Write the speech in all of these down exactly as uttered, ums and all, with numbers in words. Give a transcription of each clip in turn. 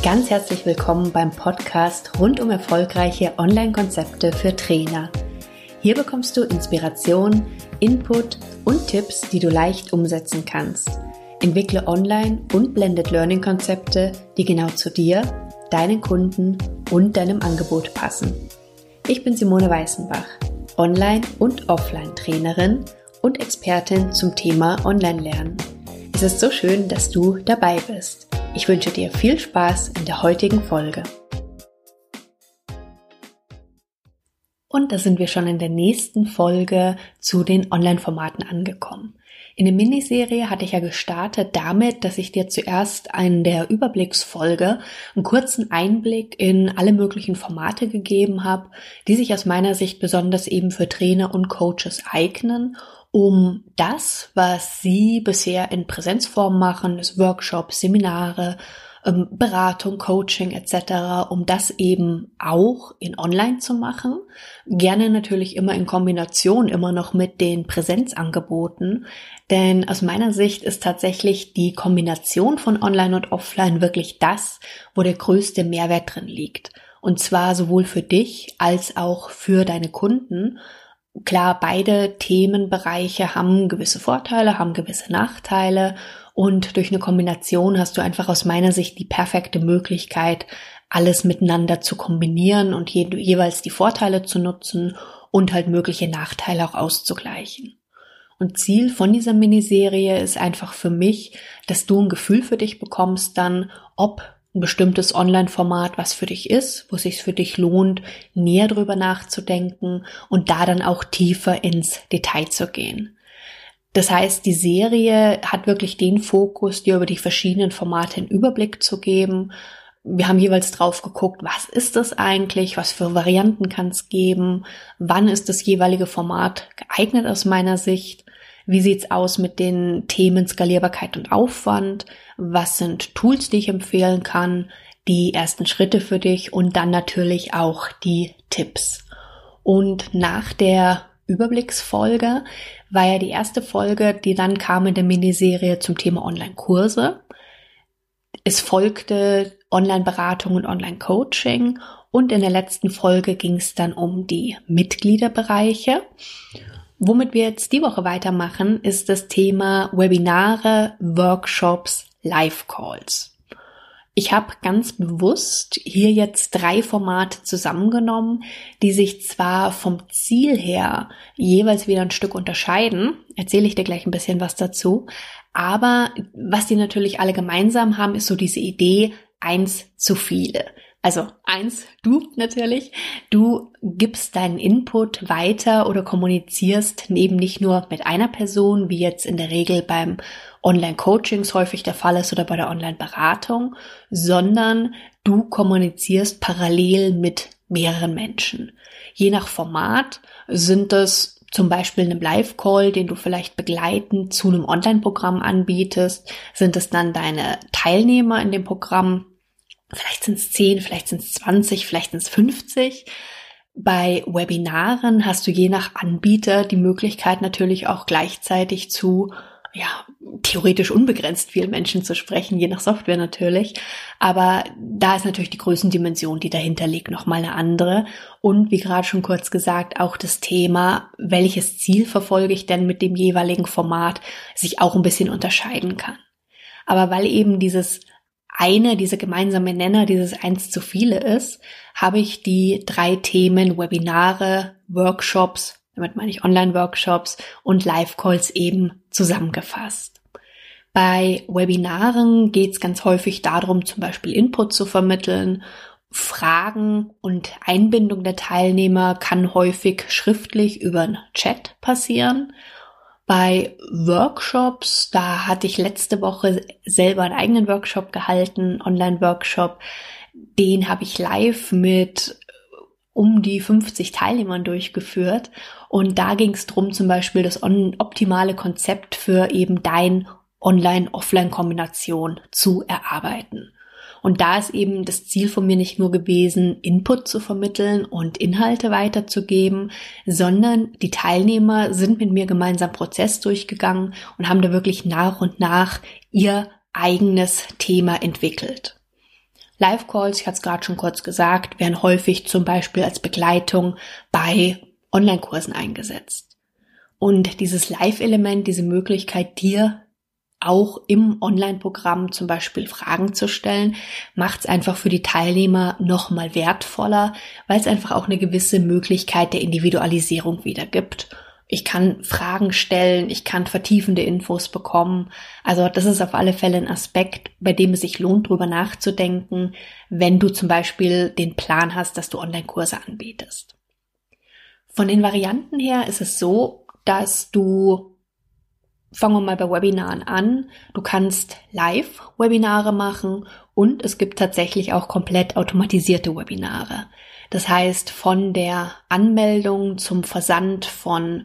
Ganz herzlich willkommen beim Podcast rund um erfolgreiche Online-Konzepte für Trainer. Hier bekommst du Inspiration, Input und Tipps, die du leicht umsetzen kannst. Entwickle Online- und Blended Learning-Konzepte, die genau zu dir, deinen Kunden und deinem Angebot passen. Ich bin Simone Weißenbach, Online- und Offline-Trainerin und Expertin zum Thema Online-Lernen. Es ist so schön, dass du dabei bist. Ich wünsche dir viel Spaß in der heutigen Folge. Und da sind wir schon in der nächsten Folge zu den Online-Formaten angekommen. In der Miniserie hatte ich ja gestartet damit, dass ich dir zuerst in der Überblicksfolge einen kurzen Einblick in alle möglichen Formate gegeben habe, die sich aus meiner Sicht besonders eben für Trainer und Coaches eignen, um das, was sie bisher in Präsenzform machen, das Workshops, Seminare, Beratung, Coaching et cetera, um das eben auch in Online zu machen. Gerne natürlich immer in Kombination, immer noch mit den Präsenzangeboten, denn aus meiner Sicht ist tatsächlich die Kombination von Online und Offline wirklich das, wo der größte Mehrwert drin liegt. Und zwar sowohl für dich als auch für deine Kunden. Klar, beide Themenbereiche haben gewisse Vorteile, haben gewisse Nachteile und durch eine Kombination hast du einfach aus meiner Sicht die perfekte Möglichkeit, alles miteinander zu kombinieren und je, jeweils die Vorteile zu nutzen und halt mögliche Nachteile auch auszugleichen. Und Ziel von dieser Miniserie ist einfach für mich, dass du ein Gefühl für dich bekommst dann, ob ein bestimmtes Online-Format, was für dich ist, wo es sich für dich lohnt, näher drüber nachzudenken und da dann auch tiefer ins Detail zu gehen. Das heißt, die Serie hat wirklich den Fokus, dir über die verschiedenen Formate einen Überblick zu geben. Wir haben jeweils drauf geguckt, was ist das eigentlich, was für Varianten kann es geben, wann ist das jeweilige Format geeignet aus meiner Sicht. Wie sieht's aus mit den Themen Skalierbarkeit und Aufwand? Was sind Tools, die ich empfehlen kann? Die ersten Schritte für dich und dann natürlich auch die Tipps. Und nach der Überblicksfolge war ja die erste Folge, die dann kam in der Miniserie zum Thema Online-Kurse. Es folgte Online-Beratung und Online-Coaching und in der letzten Folge ging es dann um die Mitgliederbereiche. Womit wir jetzt die Woche weitermachen, ist das Thema Webinare, Workshops, Live-Calls. Ich habe ganz bewusst hier jetzt drei Formate zusammengenommen, die sich zwar vom Ziel her jeweils wieder ein Stück unterscheiden, erzähle ich dir gleich ein bisschen was dazu, aber was die natürlich alle gemeinsam haben, ist so diese Idee, eins zu viele. Also eins, du natürlich, du gibst deinen Input weiter oder kommunizierst eben nicht nur mit einer Person, wie jetzt in der Regel beim Online-Coachings häufig der Fall ist oder bei der Online-Beratung, sondern du kommunizierst parallel mit mehreren Menschen. Je nach Format sind es zum Beispiel einem Live-Call, den du vielleicht begleitend zu einem Online-Programm anbietest, sind es dann deine Teilnehmer in dem Programm. Vielleicht sind es zehn, vielleicht sind es zwanzig, vielleicht sind es fünfzig. Bei Webinaren hast du je nach Anbieter die Möglichkeit natürlich auch gleichzeitig zu, ja, theoretisch unbegrenzt vielen Menschen zu sprechen, je nach Software natürlich. Aber da ist natürlich die Größendimension, die dahinter liegt, nochmal eine andere. Und wie gerade schon kurz gesagt, auch das Thema, welches Ziel verfolge ich denn mit dem jeweiligen Format, sich auch ein bisschen unterscheiden kann. Aber weil eben dieses eine, diese gemeinsame Nenner, dieses eins zu viele ist, habe ich die drei Themen Webinare, Workshops, damit meine ich Online-Workshops und Live-Calls eben zusammengefasst. Bei Webinaren geht es ganz häufig darum, zum Beispiel Input zu vermitteln. Fragen und Einbindung der Teilnehmer kann häufig schriftlich über einen Chat passieren. Bei Workshops, da hatte ich letzte Woche selber einen eigenen Workshop gehalten, Online-Workshop. Den habe ich live mit um die fünfzig Teilnehmern durchgeführt. Und da ging es darum, zum Beispiel das optimale Konzept für eben dein Online-Offline-Kombination zu erarbeiten. Und da ist eben das Ziel von mir nicht nur gewesen, Input zu vermitteln und Inhalte weiterzugeben, sondern die Teilnehmer sind mit mir gemeinsam Prozess durchgegangen und haben da wirklich nach und nach ihr eigenes Thema entwickelt. Live-Calls, ich hatte es gerade schon kurz gesagt, werden häufig zum Beispiel als Begleitung bei Online-Kursen eingesetzt. Und dieses Live-Element, diese Möglichkeit, dir auch im Online-Programm zum Beispiel Fragen zu stellen, macht es einfach für die Teilnehmer nochmal wertvoller, weil es einfach auch eine gewisse Möglichkeit der Individualisierung wieder gibt. Ich kann Fragen stellen, ich kann vertiefende Infos bekommen. Also das ist auf alle Fälle ein Aspekt, bei dem es sich lohnt, drüber nachzudenken, wenn du zum Beispiel den Plan hast, dass du Online-Kurse anbietest. Von den Varianten her ist es so, dass du, fangen wir mal bei Webinaren an, du kannst Live-Webinare machen und es gibt tatsächlich auch komplett automatisierte Webinare. Das heißt, von der Anmeldung zum Versand von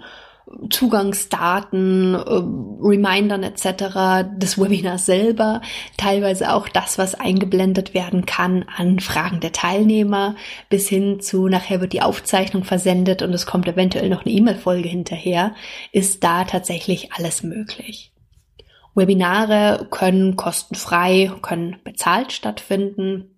Zugangsdaten, äh, Remindern et cetera des Webinars selber, teilweise auch das, was eingeblendet werden kann an Fragen der Teilnehmer, bis hin zu nachher wird die Aufzeichnung versendet und es kommt eventuell noch eine E-Mail-Folge hinterher, ist da tatsächlich alles möglich. Webinare können kostenfrei, können bezahlt stattfinden.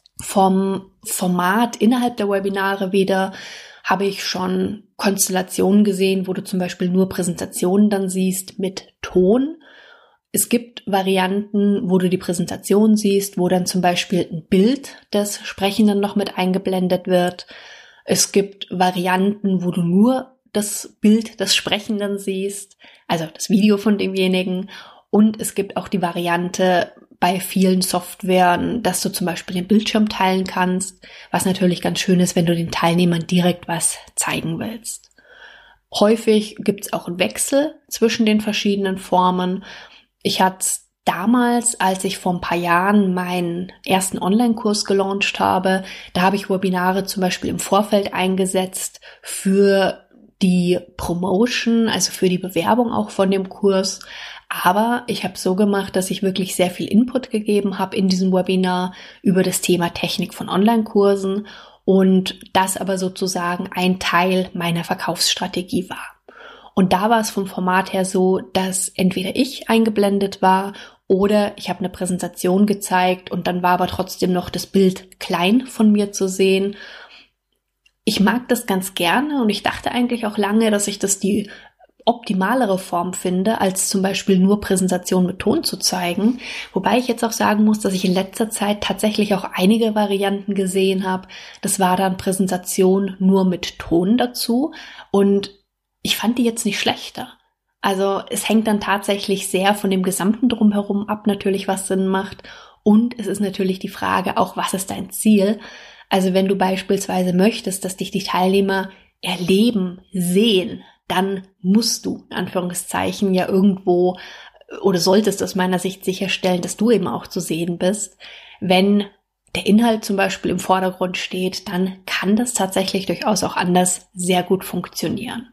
Vom Format innerhalb der Webinare wieder habe ich schon Konstellationen gesehen, wo du zum Beispiel nur Präsentationen dann siehst mit Ton. Es gibt Varianten, wo du die Präsentation siehst, wo dann zum Beispiel ein Bild des Sprechenden noch mit eingeblendet wird. Es gibt Varianten, wo du nur das Bild des Sprechenden siehst, also das Video von demjenigen. Und es gibt auch die Variante bei vielen Softwaren, dass du zum Beispiel den Bildschirm teilen kannst, was natürlich ganz schön ist, wenn du den Teilnehmern direkt was zeigen willst. Häufig gibt es auch einen Wechsel zwischen den verschiedenen Formen. Ich hatte damals, als ich vor ein paar Jahren meinen ersten Online-Kurs gelauncht habe, da habe ich Webinare zum Beispiel im Vorfeld eingesetzt für die Promotion, also für die Bewerbung auch von dem Kurs. Aber ich habe so gemacht, dass ich wirklich sehr viel Input gegeben habe in diesem Webinar über das Thema Technik von Online-Kursen und das aber sozusagen ein Teil meiner Verkaufsstrategie war. Und da war es vom Format her so, dass entweder ich eingeblendet war oder ich habe eine Präsentation gezeigt und dann war aber trotzdem noch das Bild klein von mir zu sehen. Ich mag das ganz gerne und ich dachte eigentlich auch lange, dass ich das die optimalere Form finde, als zum Beispiel nur Präsentation mit Ton zu zeigen. Wobei ich jetzt auch sagen muss, dass ich in letzter Zeit tatsächlich auch einige Varianten gesehen habe. Das war dann Präsentation nur mit Ton dazu und ich fand die jetzt nicht schlechter. Also es hängt dann tatsächlich sehr von dem gesamten Drumherum ab, natürlich was Sinn macht. Und es ist natürlich die Frage auch, was ist dein Ziel? Also wenn du beispielsweise möchtest, dass dich die Teilnehmer erleben, sehen, dann musst du, in Anführungszeichen, ja irgendwo oder solltest aus meiner Sicht sicherstellen, dass du eben auch zu sehen bist. Wenn der Inhalt zum Beispiel im Vordergrund steht, dann kann das tatsächlich durchaus auch anders sehr gut funktionieren.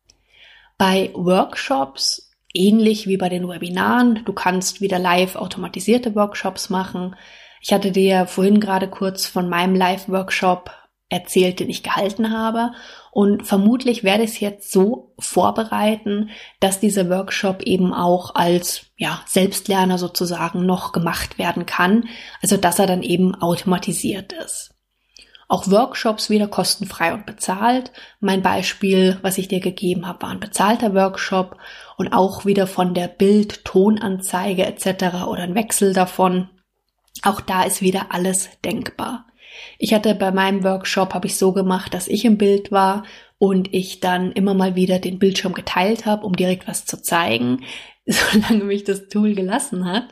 Bei Workshops, ähnlich wie bei den Webinaren, du kannst wieder live automatisierte Workshops machen. Ich hatte dir vorhin gerade kurz von meinem Live-Workshop erzählt, den ich gehalten habe. Und vermutlich werde ich es jetzt so vorbereiten, dass dieser Workshop eben auch als ja, Selbstlerner sozusagen noch gemacht werden kann. Also dass er dann eben automatisiert ist. Auch Workshops wieder kostenfrei und bezahlt. Mein Beispiel, was ich dir gegeben habe, war ein bezahlter Workshop und auch wieder von der Bild-Tonanzeige et cetera oder ein Wechsel davon. Auch da ist wieder alles denkbar. Ich hatte bei meinem Workshop, habe ich so gemacht, dass ich im Bild war und ich dann immer mal wieder den Bildschirm geteilt habe, um direkt was zu zeigen, solange mich das Tool gelassen hat,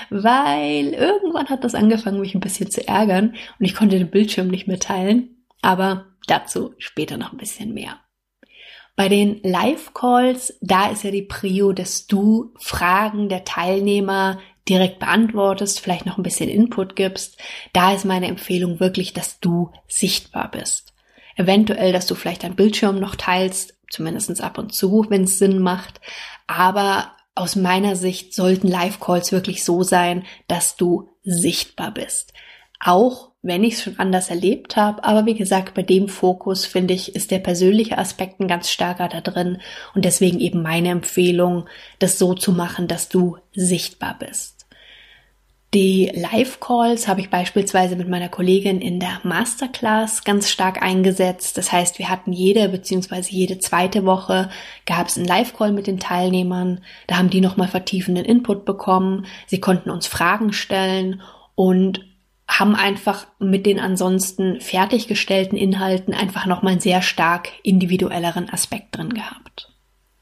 weil irgendwann hat das angefangen, mich ein bisschen zu ärgern und ich konnte den Bildschirm nicht mehr teilen, aber dazu später noch ein bisschen mehr. Bei den Live-Calls, da ist ja die Prio, dass du Fragen der Teilnehmer direkt beantwortest, vielleicht noch ein bisschen Input gibst. Da ist meine Empfehlung wirklich, dass du sichtbar bist. Eventuell, dass du vielleicht deinen Bildschirm noch teilst, zumindest ab und zu, wenn es Sinn macht. Aber aus meiner Sicht sollten Live-Calls wirklich so sein, dass du sichtbar bist. Auch wenn ich es schon anders erlebt habe, aber wie gesagt, bei dem Fokus, finde ich, ist der persönliche Aspekt ein ganz starker da drin und deswegen eben meine Empfehlung, das so zu machen, dass du sichtbar bist. Die Live-Calls habe ich beispielsweise mit meiner Kollegin in der Masterclass ganz stark eingesetzt. Das heißt, wir hatten jede bzw. jede zweite Woche gab es einen Live-Call mit den Teilnehmern. Da haben die nochmal vertiefenden Input bekommen. Sie konnten uns Fragen stellen und haben einfach mit den ansonsten fertiggestellten Inhalten einfach nochmal einen sehr stark individuelleren Aspekt drin gehabt.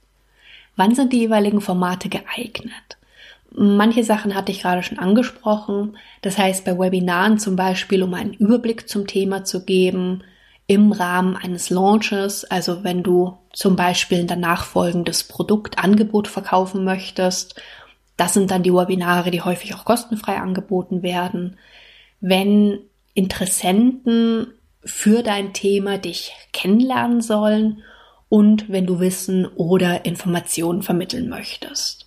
Wann sind die jeweiligen Formate geeignet? Manche Sachen hatte ich gerade schon angesprochen. Das heißt, bei Webinaren zum Beispiel, um einen Überblick zum Thema zu geben, im Rahmen eines Launches, also wenn du zum Beispiel ein danach folgendes Produktangebot verkaufen möchtest, das sind dann die Webinare, die häufig auch kostenfrei angeboten werden. Wenn Interessenten für dein Thema dich kennenlernen sollen und wenn du Wissen oder Informationen vermitteln möchtest.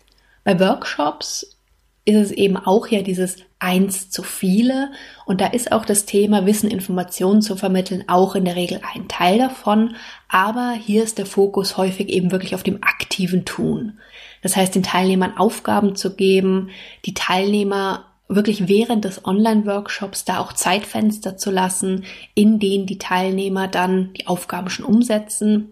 Bei Workshops ist es eben auch ja dieses eins zu viele und da ist auch das Thema Wissen, Informationen zu vermitteln auch in der Regel ein Teil davon, aber hier ist der Fokus häufig eben wirklich auf dem aktiven Tun. Das heißt, den Teilnehmern Aufgaben zu geben, die Teilnehmer wirklich während des Online-Workshops da auch Zeitfenster zu lassen, in denen die Teilnehmer dann die Aufgaben schon umsetzen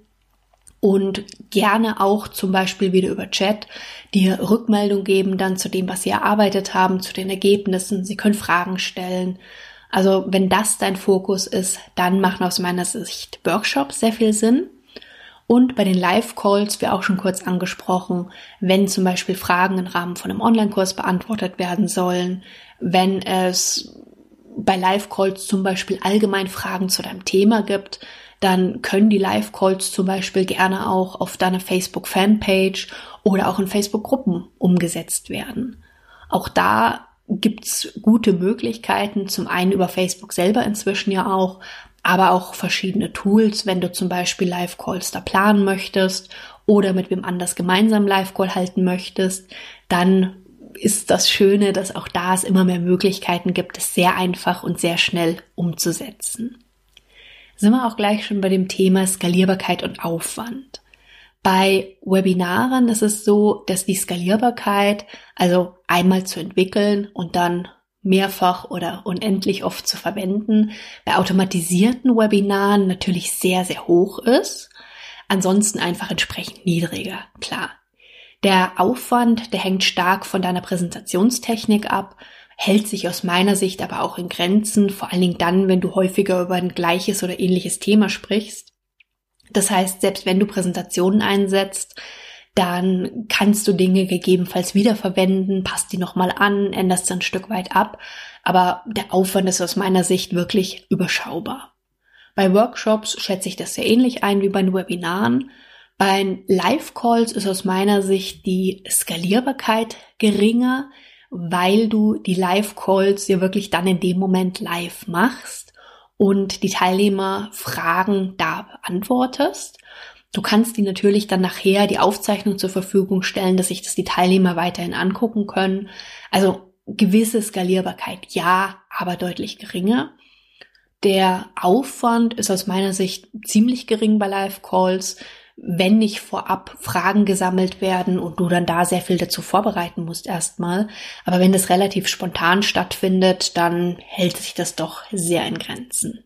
und gerne auch zum Beispiel wieder über Chat dir Rückmeldung geben dann zu dem, was sie erarbeitet haben, zu den Ergebnissen. Sie können Fragen stellen. Also wenn das dein Fokus ist, dann machen aus meiner Sicht Workshops sehr viel Sinn. Und bei den Live-Calls, wie auch schon kurz angesprochen, wenn zum Beispiel Fragen im Rahmen von einem Online-Kurs beantwortet werden sollen, wenn es bei Live-Calls zum Beispiel allgemein Fragen zu deinem Thema gibt, dann können die Live-Calls zum Beispiel gerne auch auf deiner Facebook-Fanpage oder auch in Facebook-Gruppen umgesetzt werden. Auch da gibt's gute Möglichkeiten, zum einen über Facebook selber inzwischen ja auch, aber auch verschiedene Tools, wenn du zum Beispiel Live-Calls da planen möchtest oder mit wem anders gemeinsam Live-Call halten möchtest, dann ist das Schöne, dass auch da es immer mehr Möglichkeiten gibt, es sehr einfach und sehr schnell umzusetzen. Sind wir auch gleich schon bei dem Thema Skalierbarkeit und Aufwand. Bei Webinaren ist es so, dass die Skalierbarkeit, also einmal zu entwickeln und dann mehrfach oder unendlich oft zu verwenden, bei automatisierten Webinaren natürlich sehr, sehr hoch ist, ansonsten einfach entsprechend niedriger, klar. Der Aufwand, der hängt stark von deiner Präsentationstechnik ab, hält sich aus meiner Sicht aber auch in Grenzen, vor allen Dingen dann, wenn du häufiger über ein gleiches oder ähnliches Thema sprichst. Das heißt, selbst wenn du Präsentationen einsetzt, dann kannst du Dinge gegebenenfalls wiederverwenden, passt die nochmal an, änderst ein Stück weit ab, aber der Aufwand ist aus meiner Sicht wirklich überschaubar. Bei Workshops schätze ich das sehr ähnlich ein wie bei den Webinaren. Bei Live-Calls ist aus meiner Sicht die Skalierbarkeit geringer, weil du die Live-Calls ja wirklich dann in dem Moment live machst und die Teilnehmer Fragen da beantwortest. Du kannst die natürlich dann nachher die Aufzeichnung zur Verfügung stellen, dass sich das die Teilnehmer weiterhin angucken können. Also gewisse Skalierbarkeit ja, aber deutlich geringer. Der Aufwand ist aus meiner Sicht ziemlich gering bei Live-Calls, wenn nicht vorab Fragen gesammelt werden und du dann da sehr viel dazu vorbereiten musst erstmal. Aber wenn das relativ spontan stattfindet, dann hält sich das doch sehr in Grenzen.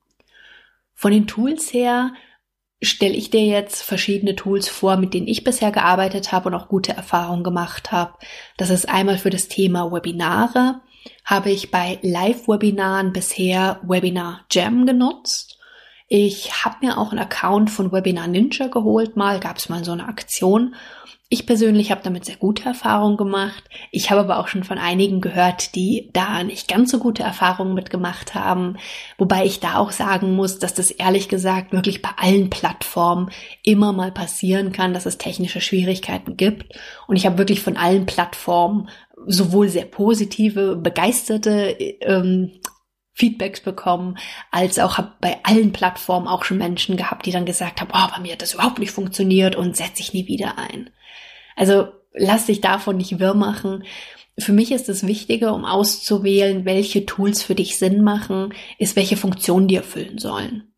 Von den Tools her stelle ich dir jetzt verschiedene Tools vor, mit denen ich bisher gearbeitet habe und auch gute Erfahrungen gemacht habe. Das ist einmal für das Thema Webinare, habe ich bei Live-Webinaren bisher Webinar Jam genutzt. Ich habe mir auch einen Account von Webinar Ninja geholt, mal gab es mal so eine Aktion. Ich persönlich habe damit sehr gute Erfahrungen gemacht. Ich habe aber auch schon von einigen gehört, die da nicht ganz so gute Erfahrungen mitgemacht haben. Wobei ich da auch sagen muss, dass das ehrlich gesagt wirklich bei allen Plattformen immer mal passieren kann, dass es technische Schwierigkeiten gibt. Und ich habe wirklich von allen Plattformen sowohl sehr positive, begeisterte ähm, Feedbacks bekommen, als auch habe bei allen Plattformen auch schon Menschen gehabt, die dann gesagt haben, oh, bei mir hat das überhaupt nicht funktioniert und setze ich nie wieder ein. Also lass dich davon nicht wirr machen. Für mich ist das Wichtige, um auszuwählen, welche Tools für dich Sinn machen, ist, welche Funktionen die erfüllen sollen.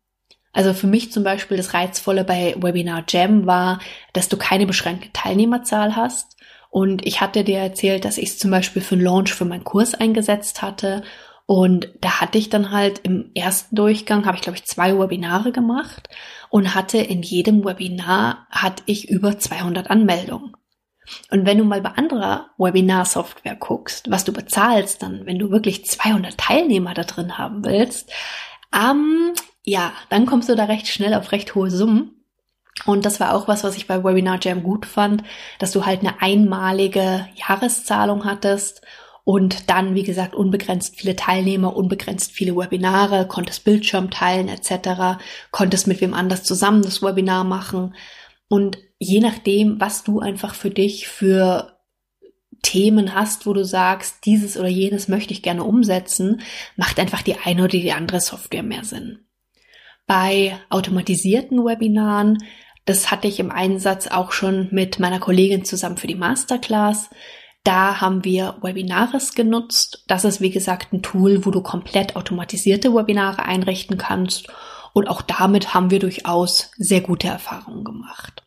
Also für mich zum Beispiel das Reizvolle bei Webinar Jam war, dass du keine beschränkte Teilnehmerzahl hast. Und ich hatte dir erzählt, dass ich es zum Beispiel für einen Launch für meinen Kurs eingesetzt hatte. Und da hatte ich dann halt im ersten Durchgang, habe ich glaube ich zwei Webinare gemacht und hatte in jedem Webinar hatte ich über zweihundert Anmeldungen. Und wenn du mal bei anderer Webinar-Software guckst, was du bezahlst dann, wenn du wirklich zweihundert Teilnehmer da drin haben willst, ähm, ja, dann kommst du da recht schnell auf recht hohe Summen. Und das war auch was, was ich bei Webinar Jam gut fand, dass du halt eine einmalige Jahreszahlung hattest und dann, wie gesagt, unbegrenzt viele Teilnehmer, unbegrenzt viele Webinare, konntest Bildschirm teilen et cetera, konntest mit wem anders zusammen das Webinar machen. Und je nachdem, was du einfach für dich für Themen hast, wo du sagst, dieses oder jenes möchte ich gerne umsetzen, macht einfach die eine oder die andere Software mehr Sinn. Bei automatisierten Webinaren, das hatte ich im Einsatz auch schon mit meiner Kollegin zusammen für die Masterclass, da haben wir Webinaris genutzt. Das ist, wie gesagt, ein Tool, wo du komplett automatisierte Webinare einrichten kannst. Und auch damit haben wir durchaus sehr gute Erfahrungen gemacht.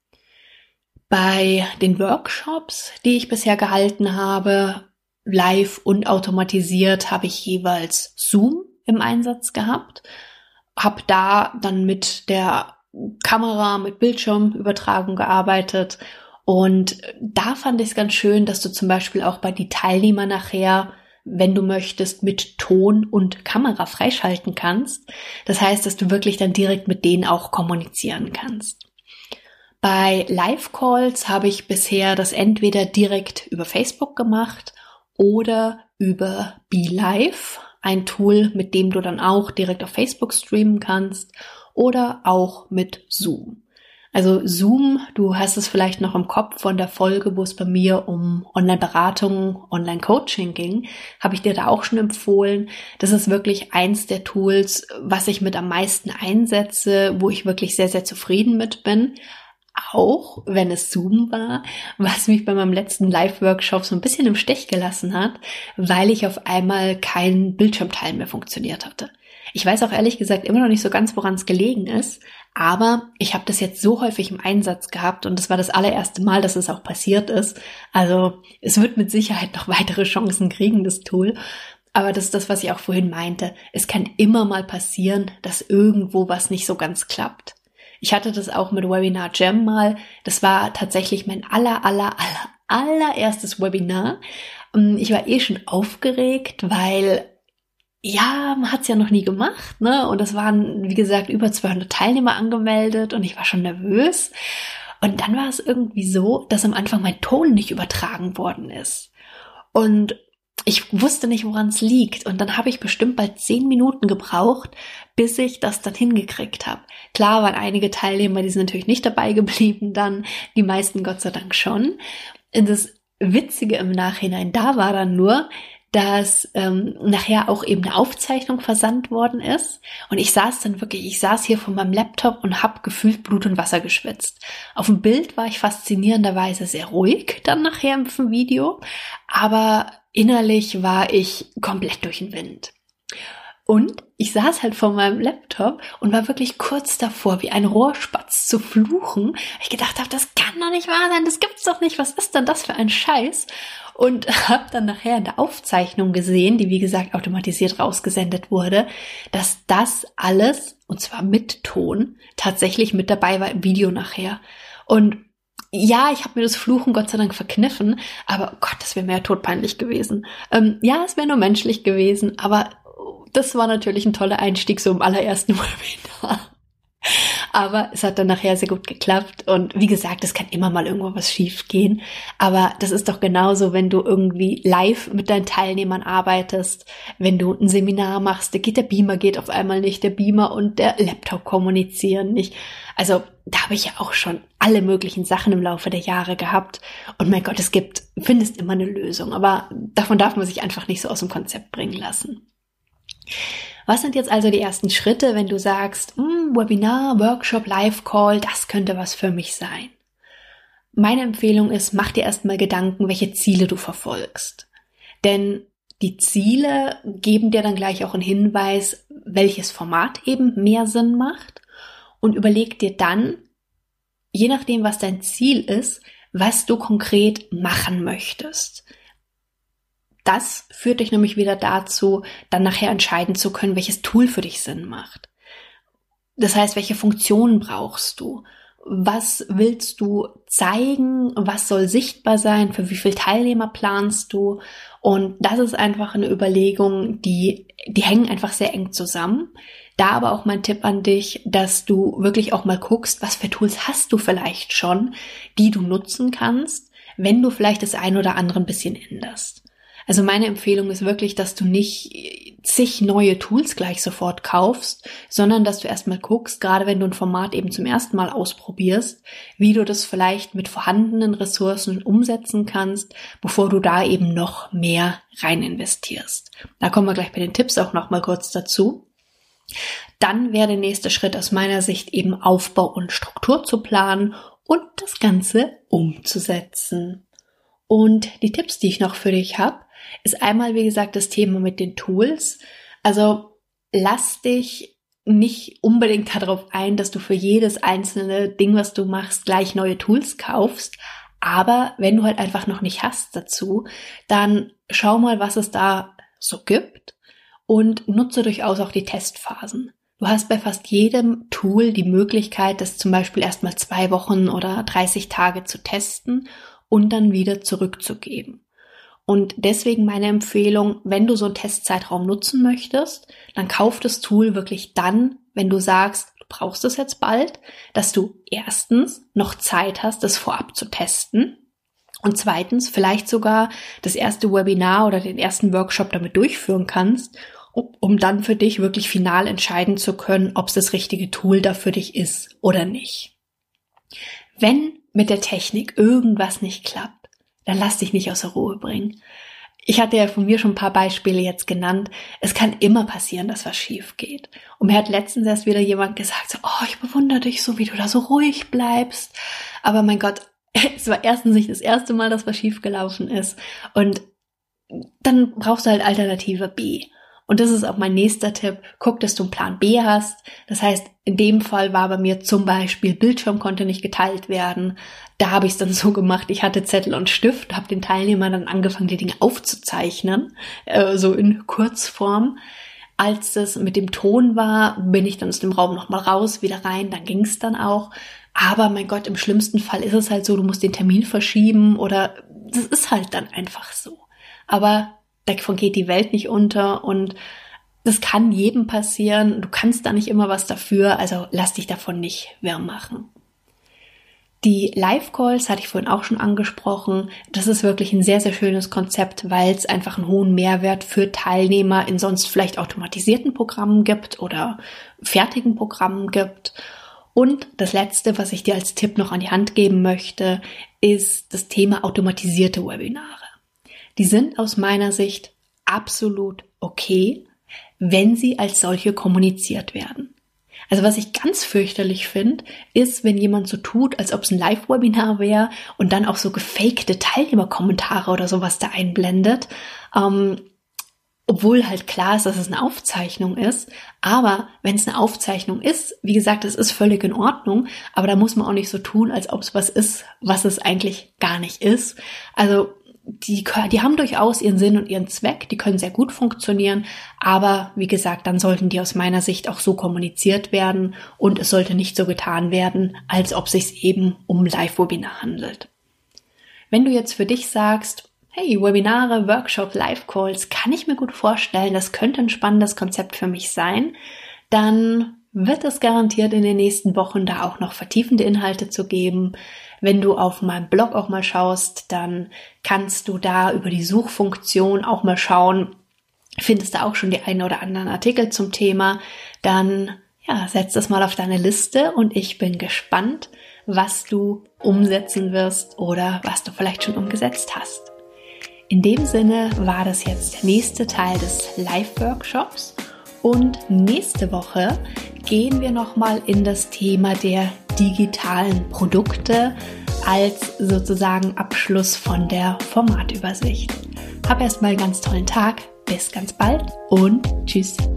Bei den Workshops, die ich bisher gehalten habe, live und automatisiert, habe ich jeweils Zoom im Einsatz gehabt. Habe da dann mit der Kamera, mit Bildschirmübertragung gearbeitet. Und da fand ich es ganz schön, dass du zum Beispiel auch bei die Teilnehmer nachher, wenn du möchtest, mit Ton und Kamera freischalten kannst. Das heißt, dass du wirklich dann direkt mit denen auch kommunizieren kannst. Bei Live-Calls habe ich bisher das entweder direkt über Facebook gemacht oder über BeLive, ein Tool, mit dem du dann auch direkt auf Facebook streamen kannst, oder auch mit Zoom. Also Zoom, du hast es vielleicht noch im Kopf von der Folge, wo es bei mir um Online-Beratung, Online-Coaching ging, habe ich dir da auch schon empfohlen. Das ist wirklich eins der Tools, was ich mit am meisten einsetze, wo ich wirklich sehr, sehr zufrieden mit bin. Auch wenn es Zoom war, was mich bei meinem letzten Live-Workshop so ein bisschen im Stich gelassen hat, weil ich auf einmal kein Bildschirmteil mehr funktioniert hatte. Ich weiß auch ehrlich gesagt immer noch nicht so ganz, woran es gelegen ist, aber ich habe das jetzt so häufig im Einsatz gehabt und das war das allererste Mal, dass es auch passiert ist. Also es wird mit Sicherheit noch weitere Chancen kriegen, das Tool. Aber das ist das, was ich auch vorhin meinte. Es kann immer mal passieren, dass irgendwo was nicht so ganz klappt. Ich hatte das auch mit Webinar Jam mal. Das war tatsächlich mein aller, aller, aller, allererstes Webinar. Ich war eh schon aufgeregt, weil ja, man hat's ja noch nie gemacht, ne? Und es waren, wie gesagt, über zweihundert Teilnehmer angemeldet und ich war schon nervös. Und dann war es irgendwie so, dass am Anfang mein Ton nicht übertragen worden ist. Und ich wusste nicht, woran es liegt. Und dann habe ich bestimmt bald zehn Minuten gebraucht, bis ich das dann hingekriegt habe. Klar waren einige Teilnehmer, die sind natürlich nicht dabei geblieben dann, die meisten Gott sei Dank schon. Und das Witzige im Nachhinein da war dann nur, dass ähm, nachher auch eben eine Aufzeichnung versandt worden ist. Und ich saß dann wirklich, ich saß hier vor meinem Laptop und habe gefühlt Blut und Wasser geschwitzt. Auf dem Bild war ich faszinierenderweise sehr ruhig dann nachher im Video, aber innerlich war ich komplett durch den Wind. Und ich saß halt vor meinem Laptop und war wirklich kurz davor, wie ein Rohrspatz zu fluchen. Ich gedacht habe, das kann doch nicht wahr sein, das gibt's doch nicht, was ist denn das für ein Scheiß? Und habe dann nachher in der Aufzeichnung gesehen, die wie gesagt automatisiert rausgesendet wurde, dass das alles, und zwar mit Ton, tatsächlich mit dabei war im Video nachher. Und ja, ich habe mir das Fluchen Gott sei Dank verkniffen, aber oh Gott, das wäre mir ja todpeinlich gewesen. Ähm, ja, es wäre nur menschlich gewesen, aber das war natürlich ein toller Einstieg so im allerersten Webinar. Aber es hat dann nachher sehr gut geklappt und wie gesagt, es kann immer mal irgendwo was schief gehen, aber das ist doch genauso, wenn du irgendwie live mit deinen Teilnehmern arbeitest, wenn du ein Seminar machst, da geht der Beamer geht auf einmal nicht, der Beamer und der Laptop kommunizieren nicht. Also da habe ich ja auch schon alle möglichen Sachen im Laufe der Jahre gehabt und mein Gott, es gibt, findest immer eine Lösung, aber davon darf man sich einfach nicht so aus dem Konzept bringen lassen. Was sind jetzt also die ersten Schritte, wenn du sagst, Webinar, Workshop, Live-Call, das könnte was für mich sein? Meine Empfehlung ist, mach dir erstmal Gedanken, welche Ziele du verfolgst. Denn die Ziele geben dir dann gleich auch einen Hinweis, welches Format eben mehr Sinn macht, und überleg dir dann, je nachdem, was dein Ziel ist, was du konkret machen möchtest. Das führt dich nämlich wieder dazu, dann nachher entscheiden zu können, welches Tool für dich Sinn macht. Das heißt, welche Funktionen brauchst du? Was willst du zeigen? Was soll sichtbar sein? Für wie viele Teilnehmer planst du? Und das ist einfach eine Überlegung, die, die hängen einfach sehr eng zusammen. Da aber auch mein Tipp an dich, dass du wirklich auch mal guckst, was für Tools hast du vielleicht schon, die du nutzen kannst, wenn du vielleicht das ein oder andere ein bisschen änderst. Also meine Empfehlung ist wirklich, dass du nicht zig neue Tools gleich sofort kaufst, sondern dass du erstmal guckst, gerade wenn du ein Format eben zum ersten Mal ausprobierst, wie du das vielleicht mit vorhandenen Ressourcen umsetzen kannst, bevor du da eben noch mehr rein investierst. Da kommen wir gleich bei den Tipps auch noch mal kurz dazu. Dann wäre der nächste Schritt aus meiner Sicht eben Aufbau und Struktur zu planen und das Ganze umzusetzen. Und die Tipps, die ich noch für dich habe, ist einmal, wie gesagt, das Thema mit den Tools. Also lass dich nicht unbedingt darauf ein, dass du für jedes einzelne Ding, was du machst, gleich neue Tools kaufst. Aber wenn du halt einfach noch nicht hast dazu, dann schau mal, was es da so gibt und nutze durchaus auch die Testphasen. Du hast bei fast jedem Tool die Möglichkeit, das zum Beispiel erstmal zwei Wochen oder dreißig Tage zu testen und dann wieder zurückzugeben. Und deswegen meine Empfehlung, wenn du so einen Testzeitraum nutzen möchtest, dann kauf das Tool wirklich dann, wenn du sagst, du brauchst es jetzt bald, dass du erstens noch Zeit hast, das vorab zu testen und zweitens vielleicht sogar das erste Webinar oder den ersten Workshop damit durchführen kannst, um dann für dich wirklich final entscheiden zu können, ob es das richtige Tool da für dich ist oder nicht. Wenn mit der Technik irgendwas nicht klappt, dann lass dich nicht aus der Ruhe bringen. Ich hatte ja von mir schon ein paar Beispiele jetzt genannt. Es kann immer passieren, dass was schief geht. Und mir hat letztens erst wieder jemand gesagt, so, oh, ich bewundere dich so, wie du da so ruhig bleibst. Aber mein Gott, es war erstens nicht das erste Mal, dass was schief gelaufen ist. Und dann brauchst du halt Alternative B. Und das ist auch mein nächster Tipp. Guck, dass du einen Plan B hast. Das heißt, in dem Fall war bei mir zum Beispiel, Bildschirm konnte nicht geteilt werden. Da habe ich es dann so gemacht, ich hatte Zettel und Stift, habe den Teilnehmern dann angefangen, die Dinge aufzuzeichnen, äh, so in Kurzform. Als es mit dem Ton war, bin ich dann aus dem Raum nochmal raus, wieder rein, dann ging es dann auch. Aber mein Gott, im schlimmsten Fall ist es halt so, du musst den Termin verschieben oder das ist halt dann einfach so. Aber davon geht die Welt nicht unter und das kann jedem passieren. Du kannst da nicht immer was dafür, also lass dich davon nicht wirr machen. Die Live-Calls hatte ich vorhin auch schon angesprochen. Das ist wirklich ein sehr, sehr schönes Konzept, weil es einfach einen hohen Mehrwert für Teilnehmer in sonst vielleicht automatisierten Programmen gibt oder fertigen Programmen gibt. Und das Letzte, was ich dir als Tipp noch an die Hand geben möchte, ist das Thema automatisierte Webinare. Die sind aus meiner Sicht absolut okay, wenn sie als solche kommuniziert werden. Also was ich ganz fürchterlich finde, ist, wenn jemand so tut, als ob es ein Live-Webinar wäre und dann auch so gefakte Teilnehmerkommentare oder sowas da einblendet, ähm, obwohl halt klar ist, dass es eine Aufzeichnung ist. Aber wenn es eine Aufzeichnung ist, wie gesagt, es ist völlig in Ordnung, aber da muss man auch nicht so tun, als ob es was ist, was es eigentlich gar nicht ist. Also Die, die haben durchaus ihren Sinn und ihren Zweck, die können sehr gut funktionieren, aber wie gesagt, dann sollten die aus meiner Sicht auch so kommuniziert werden und es sollte nicht so getan werden, als ob es sich eben um Live-Webinar handelt. Wenn du jetzt für dich sagst, hey, Webinare, Workshops, Live-Calls, kann ich mir gut vorstellen, das könnte ein spannendes Konzept für mich sein, dann wird es garantiert in den nächsten Wochen da auch noch vertiefende Inhalte zu geben. Wenn du auf meinem Blog auch mal schaust, dann kannst du da über die Suchfunktion auch mal schauen, findest du auch schon die einen oder anderen Artikel zum Thema, dann ja, setz das mal auf deine Liste und ich bin gespannt, was du umsetzen wirst oder was du vielleicht schon umgesetzt hast. In dem Sinne war das jetzt der nächste Teil des Live-Workshops und nächste Woche gehen wir nochmal in das Thema der digitalen Produkte als sozusagen Abschluss von der Formatübersicht. Hab erstmal einen ganz tollen Tag. Bis ganz bald und tschüss.